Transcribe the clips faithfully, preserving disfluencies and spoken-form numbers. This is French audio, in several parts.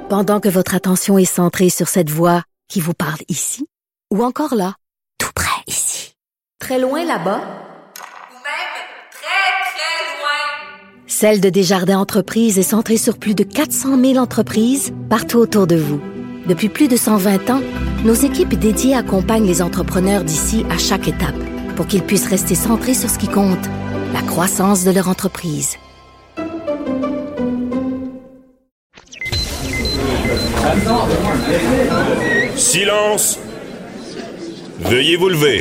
Pendant que votre attention est centrée sur cette voix qui vous parle ici, ou encore là, tout près ici, très loin là-bas, ou même très, très loin, Celle de Desjardins Entreprises est centrée sur plus de quatre cent mille entreprises partout autour de vous. Depuis plus de cent vingt ans, nos équipes dédiées accompagnent les entrepreneurs d'ici à chaque étape pour qu'ils puissent rester centrés sur ce qui compte, la croissance de leur entreprise. Silence! Veuillez vous lever.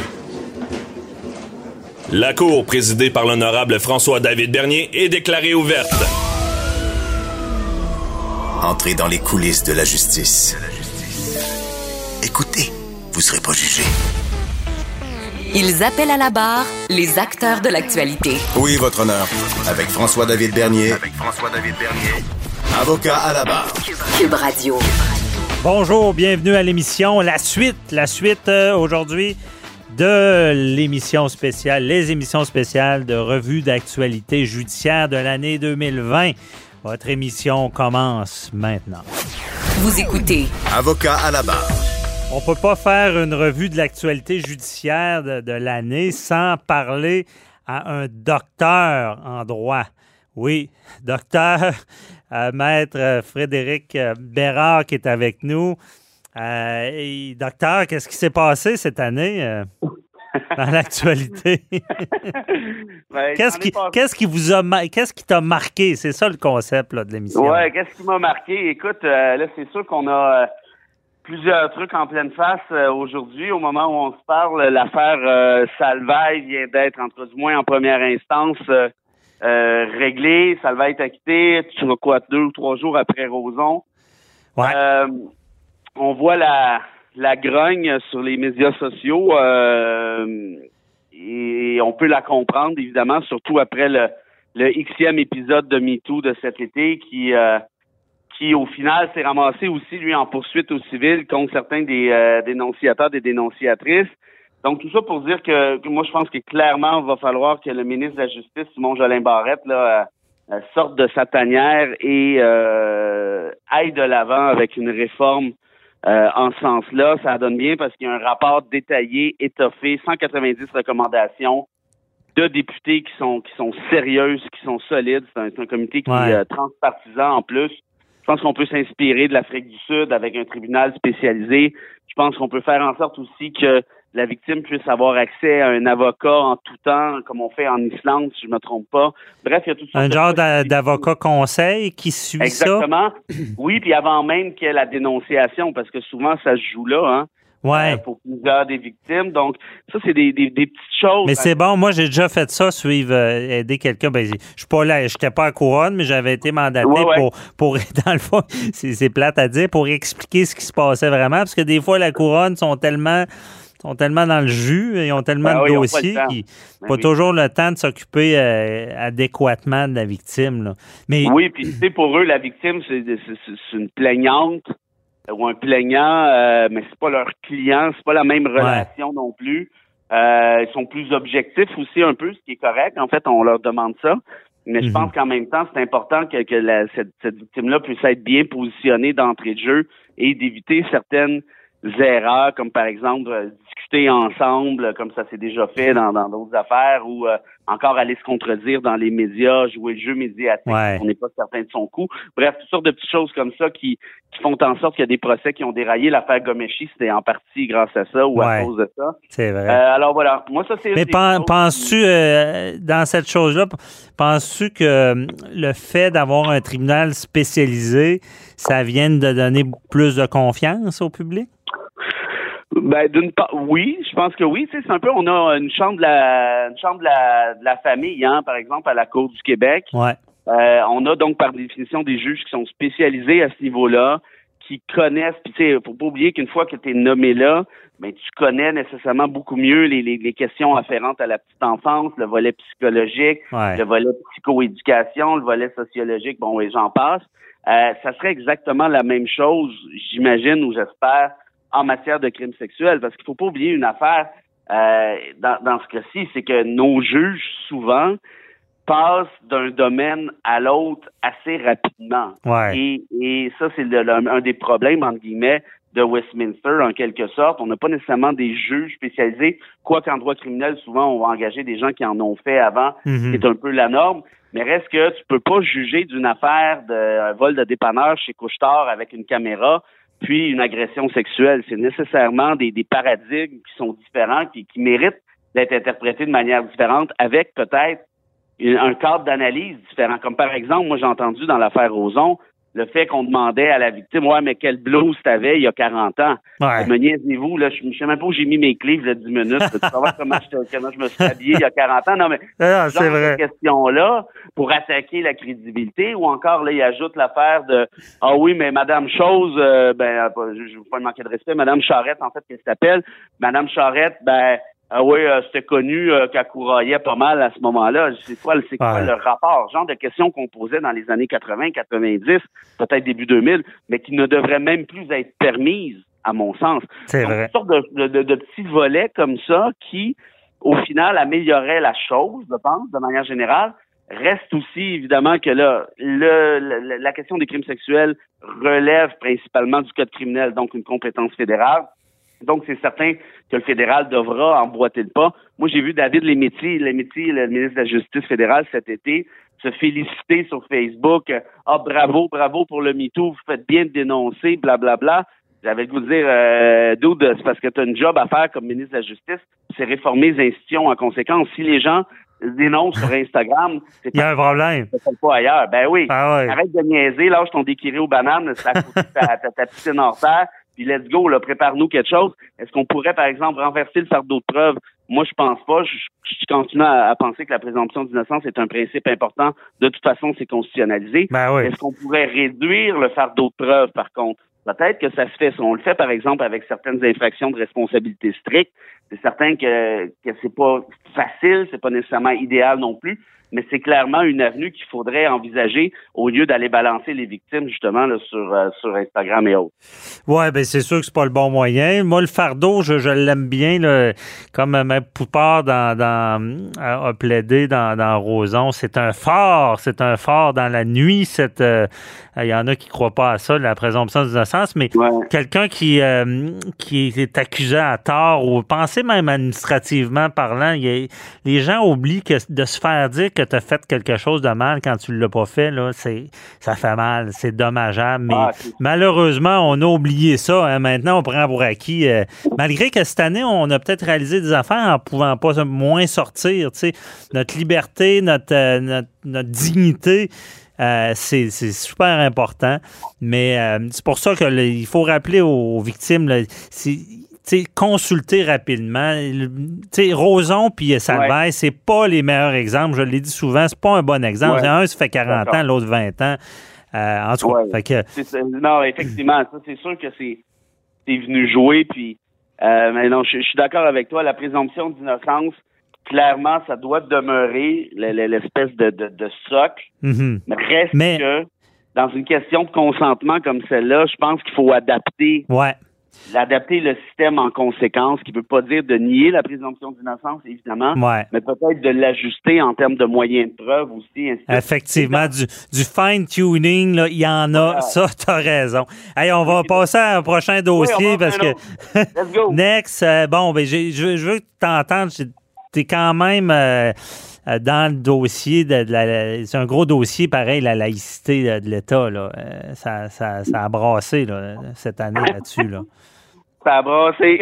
La cour, présidée par l'honorable François-David Bernier, est déclarée ouverte. Entrez dans les coulisses de la justice. Écoutez, vous serez pas jugé. Ils appellent à la barre les acteurs de l'actualité. Oui, votre honneur. Avec François-David Bernier. Avec François-David Bernier. Avocat à la barre. Cube Radio. Bonjour, bienvenue à l'émission. La suite, la suite euh, aujourd'hui de l'émission spéciale, les émissions spéciales de revue d'actualité judiciaire de l'année deux mille vingt. Votre émission commence maintenant. Vous écoutez Avocat à la barre. On peut pas faire une revue de l'actualité judiciaire de, de l'année sans parler à un docteur en droit. Oui, docteur, euh, maître Frédéric Bérard qui est avec nous. Euh, et, docteur, qu'est-ce qui s'est passé cette année euh, dans l'actualité? ben, qu'est-ce, qui, qu'est-ce qui vous a qu'est-ce qui t'a marqué? C'est ça le concept là, de l'émission. Ouais, qu'est-ce qui m'a marqué? Écoute, euh, là, c'est sûr qu'on a euh, plusieurs trucs en pleine face euh, aujourd'hui. Au moment où on se parle, l'affaire euh, Salvaille vient d'être, entre du moins en première instance, euh, euh, réglée. Salvaille est acquitté. Tu vois quoi, deux ou trois jours après Roson. Ouais. Euh, on voit la, la grogne sur les médias sociaux euh, et on peut la comprendre, évidemment, surtout après le, le Xème épisode de MeToo de cet été qui... Euh, qui, au final, s'est ramassé aussi, lui, en poursuite au civil contre certains des euh, dénonciateurs, des dénonciatrices. Donc, tout ça pour dire que, que moi, je pense que clairement, il va falloir que le ministre de la Justice, Simon Jolin Barrette, là, euh, sorte de sa tanière et euh, aille de l'avant avec une réforme euh, en ce sens-là. Ça donne bien parce qu'il y a un rapport détaillé, étoffé, cent quatre-vingt-dix recommandations de députés qui sont qui sont sérieuses, qui sont solides. C'est un, c'est un comité qui ouais. est euh, transpartisan en plus. Je pense qu'on peut s'inspirer de l'Afrique du Sud avec un tribunal spécialisé. Je pense qu'on peut faire en sorte aussi que la victime puisse avoir accès à un avocat en tout temps, comme on fait en Islande, si je me trompe pas. Bref, il y a tout ça. Un genre d'a- d'avocat conseil qui suit Exactement. ça? Exactement. Oui, puis avant même qu'il y ait la dénonciation, parce que souvent, ça se joue là, hein. Ouais. Euh, pour plusieurs des victimes. Donc, ça, c'est des, des, des petites choses. Mais c'est bon. Moi, j'ai déjà fait ça, suivre, euh, aider quelqu'un. Ben, je suis pas là, j'étais pas à couronne, mais j'avais été mandaté ouais, ouais. pour, pour, dans le fond, c'est, c'est plate à dire, pour expliquer ce qui se passait vraiment. Parce que des fois, la couronne sont tellement, sont tellement dans le jus, ils ont tellement ben de oui, dossiers qu'ils n'ont ben pas oui. toujours le temps de s'occuper euh, adéquatement de la victime, là. Mais, oui, puis tu sais, pour eux, la victime, c'est, c'est, c'est une plaignante ou un plaignant, euh, mais c'est pas leur client, c'est pas la même relation ouais. non plus. Euh, ils sont plus objectifs aussi un peu, ce qui est correct. En fait, on leur demande ça. Mais mm-hmm. je pense qu'en même temps, c'est important que, que la, cette, cette victime-là puisse être bien positionnée d'entrée de jeu et d'éviter certaines erreurs, comme par exemple euh, discuter ensemble, comme ça s'est déjà fait dans, dans d'autres affaires, ou euh, encore aller se contredire dans les médias, jouer le jeu médiatique, ouais. on n'est pas certain de son coup. Bref, toutes sortes de petites choses comme ça qui, qui font en sorte qu'il y a des procès qui ont déraillé. L'affaire Ghomeshi, c'était en partie grâce à ça ou ouais. à cause de ça. C'est vrai. Euh, alors voilà, moi ça c'est... Mais pen, penses-tu, qui... euh, dans cette chose-là, penses-tu que euh, le fait d'avoir un tribunal spécialisé, ça vienne de donner plus de confiance au public? Ben d'une part, oui, je pense que oui. Tu sais, c'est un peu, on a une chambre de la, une chambre de la, de la famille, hein, par exemple à la Cour du Québec. Ouais. Euh, on a donc par définition des juges qui sont spécialisés à ce niveau-là, qui connaissent. Puis tu sais, faut pas oublier qu'une fois que tu es nommé là, ben tu connais nécessairement beaucoup mieux les, les, les questions afférentes à la petite enfance, le volet psychologique, ouais. le volet psychoéducation, le volet sociologique. Bon, et j'en passe. Euh, ça serait exactement la même chose, j'imagine ou j'espère, en matière de crimes sexuels, parce qu'il faut pas oublier une affaire euh, dans, dans ce cas-ci, c'est que nos juges, souvent, passe d'un domaine à l'autre assez rapidement. Ouais. Et, et ça, c'est le, le, un des problèmes, entre guillemets, de Westminster, en quelque sorte. On n'a pas nécessairement des juges spécialisés, quoique en droit criminel, souvent, on va engager des gens qui en ont fait avant, Mm-hmm. c'est un peu la norme. Mais reste que tu peux pas juger d'une affaire de vol de dépanneur chez Couche-Tard avec une caméra, puis une agression sexuelle. C'est nécessairement des, des paradigmes qui sont différents, qui, qui méritent d'être interprétés de manière différente, avec peut-être une, un cadre d'analyse différent. Comme par exemple, moi j'ai entendu dans l'affaire Roson, le fait qu'on demandait à la victime, ouais, mais quelle blouse t'avais il y a quarante ans? Ouais. Me niaisez-vous, là, je ne sais même pas où j'ai mis mes clés, il y a dix minutes. Tu savoir comment, comment je me suis habillé il y a quarante ans? Non, mais Ah, ce c'est genre vrai. de questions-là, pour attaquer la crédibilité, ou encore, là, il ajoute l'affaire de, ah oui, mais Madame Chose, euh, ben, je ne veux pas manquer de respect, Madame Charette, en fait, qu'elle s'appelle. Madame Charette, ben, ah oui, euh, c'était connu euh, qu'elle couraillait pas mal à ce moment-là. C'est quoi, c'est quoi Ouais. le rapport? Genre de questions qu'on posait dans les années quatre-vingts, quatre-vingt-dix, peut-être début deux mille, mais qui ne devraient même plus être permises, à mon sens. C'est Donc, vrai. une sorte de, de, de petits volets comme ça qui, au final, amélioraient la chose, je pense, de manière générale. Reste aussi, évidemment, que là, le, le, la question des crimes sexuels relève principalement du code criminel, donc une compétence fédérale. Donc, c'est certain que le fédéral devra emboîter le pas. Moi, j'ai vu David Lametti, Lametti, le ministre de la Justice fédérale, cet été, se féliciter sur Facebook. Ah, bravo, bravo pour le MeToo, vous faites bien de dénoncer, blablabla. Bla, bla. J'avais le goût de dire, euh, dude, c'est parce que tu as une job à faire comme ministre de la Justice, c'est réformer les institutions en conséquence. Si les gens dénoncent sur Instagram, c'est Il y a un problème. ça fait pas ailleurs. Ben oui. Ah ouais. Arrête de niaiser, lâche ton déquiré aux bananes, c'est à côté de ta, ta, ta piscine hors terre, puis let's go, là, prépare-nous quelque chose. Est-ce qu'on pourrait, par exemple, renverser le fardeau de preuve? Moi, je pense pas. Je, je continue à, à penser que la présomption d'innocence est un principe important. De toute façon, c'est constitutionnalisé. Ben oui. Est-ce qu'on pourrait réduire le fardeau de preuve, par contre? Peut-être que ça se fait. Si on le fait, par exemple, avec certaines infractions de responsabilité stricte, c'est certain que, que c'est pas facile, c'est pas nécessairement idéal non plus, mais c'est clairement une avenue qu'il faudrait envisager au lieu d'aller balancer les victimes, justement, là, sur, euh, sur Instagram et autres. Ouais, ben c'est sûr que c'est pas le bon moyen. Moi, le fardeau, je, je l'aime bien, là, comme ma Poupard dans, dans, a plaidé dans, dans Roson. C'est un phare, c'est un phare dans la nuit. Cette, euh, il y en a qui croient pas à ça, la présomption d'innocence, mais Ouais. quelqu'un qui, euh, qui est accusé à tort, ou pensez même administrativement parlant, il y a, les gens oublient que de se faire dire que tu as fait quelque chose de mal quand tu l'as pas fait, là, c'est, ça fait mal, c'est dommageable, mais Ah, c'est... malheureusement, on a oublié ça. Hein. Maintenant, on prend pour acquis. Euh, malgré que cette année, on a peut-être réalisé des affaires en pouvant pas moins sortir. Tu sais, notre liberté, notre, euh, notre, notre dignité, euh, c'est, c'est super important. Mais euh, c'est pour ça qu'il faut rappeler aux, aux victimes, là, c'est, t'sais, consulter rapidement. T'sais, Roson puis Salvaire, ouais. c'est pas les meilleurs exemples. Je l'ai dit souvent, c'est pas un bon exemple. Ouais. Un, ça fait quarante D'accord. ans, l'autre vingt ans. Euh, en tout cas, ouais. fait que... c'est, non, effectivement, ça, c'est sûr que c'est, c'est venu jouer. Puis, euh, mais non, je, je suis d'accord avec toi. La présomption d'innocence, clairement, ça doit demeurer l'espèce de, de, de socle. Mm-hmm. Mais reste mais... que, dans une question de consentement comme celle-là, je pense qu'il faut adapter. Ouais. L'adapter le système en conséquence, qui ne veut pas dire de nier la présomption d'innocence, évidemment, ouais. mais peut-être de l'ajuster en termes de moyens de preuve aussi. Ainsi Effectivement, du, du fine-tuning, là, il y en a, voilà. Ça, t'as raison. Hey, on va passer à un prochain dossier, oui, parce que... Let's go! Next, euh, bon, ben, j'ai, je, je veux t'entendre, t'es quand même... Euh, dans le dossier, de, de la, c'est un gros dossier, pareil, la laïcité de, de l'État. Là. Euh, ça, ça, ça a brassé là, cette année là-dessus. Là. Ça a brassé.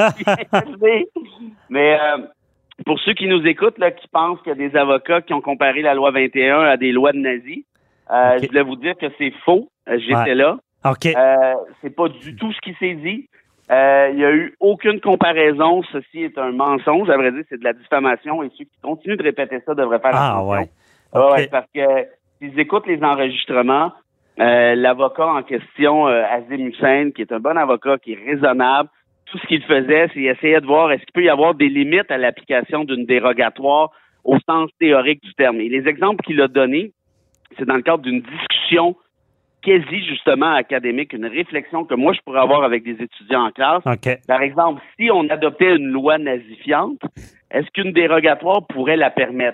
Mais euh, pour ceux qui nous écoutent, là, qui pensent qu'il y a des avocats qui ont comparé la loi vingt et un à des lois de nazis, euh, okay. je voulais vous dire que c'est faux. J'étais ouais. là. Okay. Euh, c'est pas du tout ce qui s'est dit. Il euh, n'y a eu aucune comparaison. Ceci est un mensonge. À vrai dire, c'est de la diffamation. Et ceux qui continuent de répéter ça devraient faire ah, attention. Ouais. Okay. Ouais, parce que s'ils écoutent les enregistrements, euh, l'avocat en question, euh, Azim Hussein, qui est un bon avocat, qui est raisonnable, tout ce qu'il faisait, c'est essayer de voir est-ce qu'il peut y avoir des limites à l'application d'une dérogatoire au sens théorique du terme. Et les exemples qu'il a donnés, c'est dans le cadre d'une discussion quasi, justement, académique, une réflexion que moi, je pourrais avoir avec des étudiants en classe. Okay. Par exemple, si on adoptait une loi nazifiante, est-ce qu'une dérogatoire pourrait la permettre?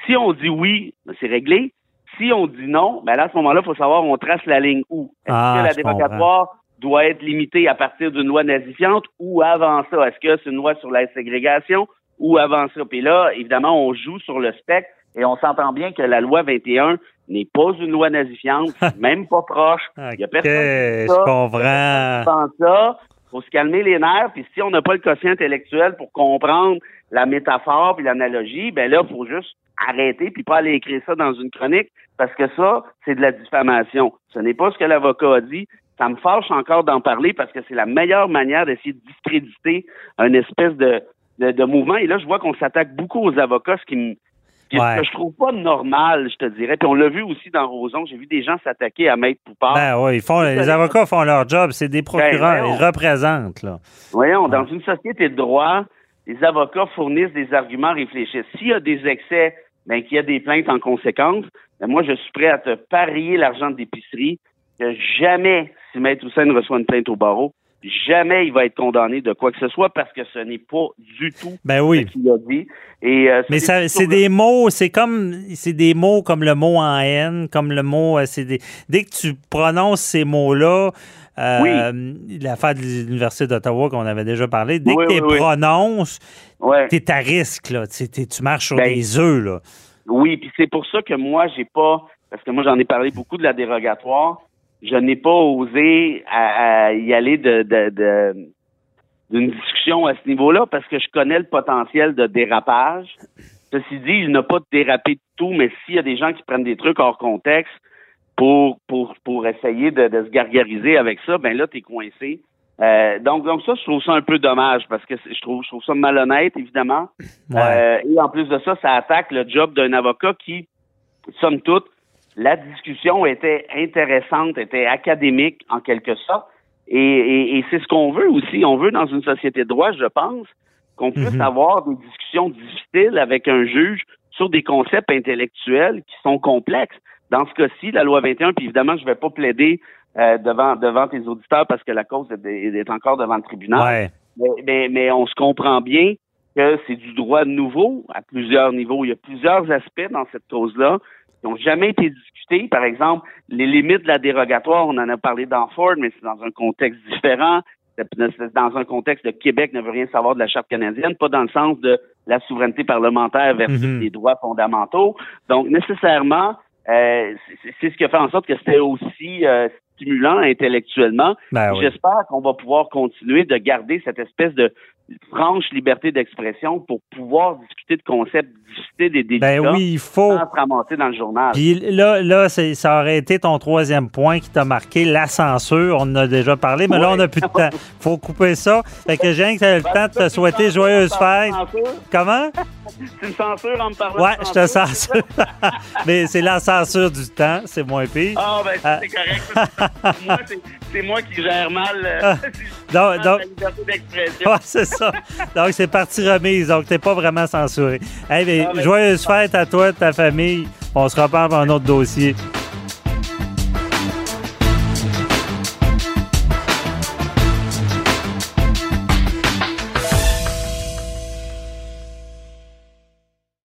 Si on dit oui, ben, c'est réglé. Si on dit non, ben là, à ce moment-là, il faut savoir on trace la ligne où. Est-ce Ah, que la je dérogatoire doit être limitée à partir d'une loi nazifiante ou avant ça? Est-ce que c'est une loi sur la ségrégation ou avant ça? Puis là, évidemment, on joue sur le spectre et on s'entend bien que la loi vingt et un n'est pas une loi nazifiante, même pas proche. Il y a personne qui dit ça. Je comprends. Pense ça. Faut se calmer les nerfs, puis si on n'a pas le quotient intellectuel pour comprendre la métaphore puis l'analogie, ben là, faut juste arrêter puis pas aller écrire ça dans une chronique, parce que ça, c'est de la diffamation. Ce n'est pas ce que l'avocat a dit. Ça me fâche encore d'en parler parce que c'est la meilleure manière d'essayer de discréditer un espèce de, de, de mouvement. Et là, je vois qu'on s'attaque beaucoup aux avocats, ce qui me Ouais. que je trouve pas normal, je te dirais. Puis on l'a vu aussi dans Roson. J'ai vu des gens s'attaquer à Maître Poupard. Ben oui, ils font, les avocats font leur job. C'est des procureurs. Ben, ils représentent, là. Voyons, dans une société de droit, les avocats fournissent des arguments réfléchis. S'il y a des excès, ben, qu'il y a des plaintes en conséquence, ben, moi, je suis prêt à te parier l'argent d'épicerie que jamais, si Maître Hussein reçoit une plainte au barreau, jamais il va être condamné de quoi que ce soit parce que ce n'est pas du tout ben oui. ce qu'il a dit. Et, euh, mais ça, c'est des mots, c'est comme c'est des mots comme le mot en haine, comme le mot, c'est des, dès que tu prononces ces mots-là, euh, oui. l'affaire de l'Université d'Ottawa qu'on avait déjà parlé, dès oui, que tu les oui, prononces, oui. tu es à risque, là, t'es, t'es, tu marches sur ben, des œufs. Là. Oui, puis c'est pour ça que moi, j'ai pas, parce que moi j'en ai parlé beaucoup de la dérogatoire, je n'ai pas osé à, à y aller de, de, de d'une discussion à ce niveau-là parce que je connais le potentiel de dérapage. Ceci dit, il n'a pas dérapé de tout, mais s'il y a des gens qui prennent des trucs hors contexte pour pour pour essayer de, de se gargariser avec ça, ben là, t'es coincé. Euh, donc, donc ça, je trouve ça un peu dommage parce que je trouve, je trouve ça malhonnête, évidemment. Ouais. Euh, et en plus de ça, ça attaque le job d'un avocat qui, somme toute, la discussion était intéressante, était académique en quelque sorte. Et, et, et c'est ce qu'on veut aussi. On veut, dans une société de droit, je pense, qu'on puisse mm-hmm. avoir des discussions difficiles avec un juge sur des concepts intellectuels qui sont complexes. Dans ce cas-ci, la loi vingt et un, puis évidemment, je vais pas plaider euh, devant devant tes auditeurs parce que la cause est, est encore devant le tribunal. Ouais. Mais, mais, mais on se comprend bien que c'est du droit nouveau à plusieurs niveaux. Il y a plusieurs aspects dans cette cause-là qui n'ont jamais été discutés. Par exemple, les limites de la dérogatoire, on en a parlé dans Ford, mais c'est dans un contexte différent. C'est dans un contexte de Québec ne veut rien savoir de la Charte canadienne, pas dans le sens de la souveraineté parlementaire versus mm-hmm. les droits fondamentaux. Donc, nécessairement, euh, c'est, c'est ce qui a fait en sorte que c'était aussi euh, stimulant intellectuellement. Ben oui. J'espère qu'on va pouvoir continuer de garder cette espèce de franche liberté d'expression pour pouvoir discuter de concepts difficiles et délicats ben oui, il faut sans se ramasser dans le journal. Puis là, là c'est, ça aurait été ton troisième point qui t'a marqué, la censure. On en a déjà parlé, mais oui. là, on n'a plus de temps. Faut couper ça. Fait que j'ai que le ben, temps de te souhaiter joyeuse fête. Comment? Tu me censures en me parlant ouais, je te censure. Mais c'est la censure du temps, c'est moins pire. Ah, oh, ben ah. c'est correct. moi, c'est, c'est moi qui gère mal, euh, ah. donc, donc, la liberté d'expression. Ouais, c'est ça. Donc, c'est partie remise. Donc, t'es pas vraiment censuré. Hey, mais, ah, mais joyeuse fête à toi, ta famille. On se reparle pour un autre dossier.